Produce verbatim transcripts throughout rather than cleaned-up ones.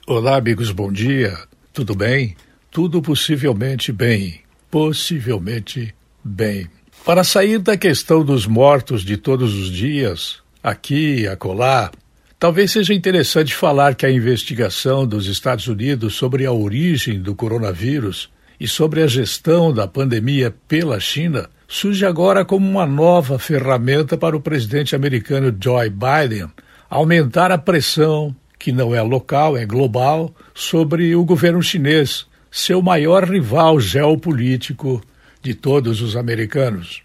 Olá, amigos, bom dia. Tudo bem? Tudo possivelmente bem. Possivelmente bem. Para sair da questão dos mortos de todos os dias, aqui e acolá, talvez seja interessante falar que a investigação dos Estados Unidos sobre a origem do coronavírus e sobre a gestão da pandemia pela China surge agora como uma nova ferramenta para o presidente americano Joe Biden aumentar a pressão, que não é local, é global, sobre o governo chinês, seu maior rival geopolítico de todos os americanos.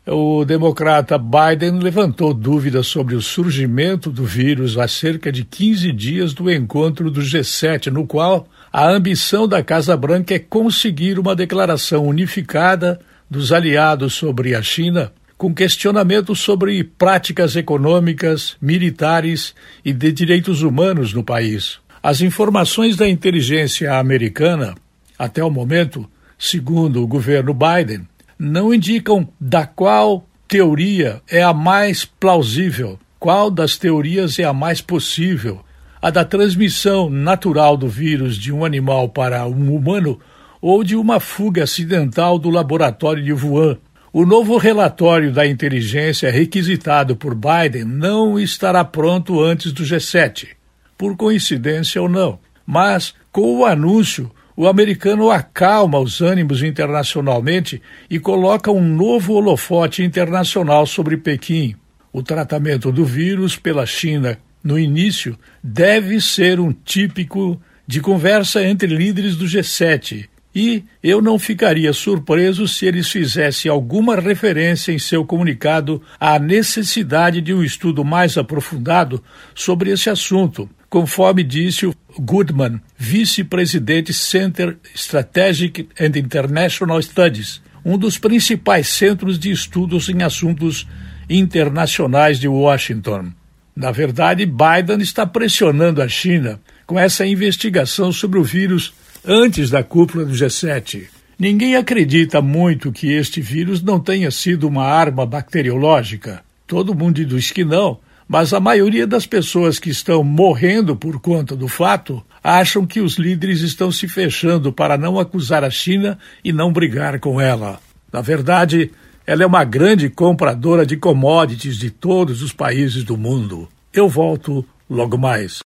O democrata Biden levantou dúvidas sobre o surgimento do vírus há cerca de quinze dias do encontro do G sete, no qual a ambição da Casa Branca é conseguir uma declaração unificada dos aliados sobre a China, com questionamentos sobre práticas econômicas, militares e de direitos humanos no país. As informações da inteligência americana, até o momento, segundo o governo Biden, não indicam da qual teoria é a mais plausível, qual das teorias é a mais possível, a da transmissão natural do vírus de um animal para um humano ou de uma fuga acidental do laboratório de Wuhan. O novo relatório da inteligência requisitado por Biden não estará pronto antes do G sete, por coincidência ou não. Mas, com o anúncio, o americano acalma os ânimos internacionalmente e coloca um novo holofote internacional sobre Pequim. O tratamento do vírus pela China, no início, deve ser um típico de conversa entre líderes do G sete. E eu não ficaria surpreso se eles fizessem alguma referência em seu comunicado à necessidade de um estudo mais aprofundado sobre esse assunto, conforme disse o Goodman, vice-presidente Center Strategic and International Studies, um dos principais centros de estudos em assuntos internacionais de Washington. Na verdade, Biden está pressionando a China com essa investigação sobre o vírus antes da cúpula do G sete. Ninguém acredita muito que este vírus não tenha sido uma arma bacteriológica. Todo mundo diz que não, mas a maioria das pessoas que estão morrendo por conta do fato acham que os líderes estão se fechando para não acusar a China e não brigar com ela. Na verdade, ela é uma grande compradora de commodities de todos os países do mundo. Eu volto logo mais.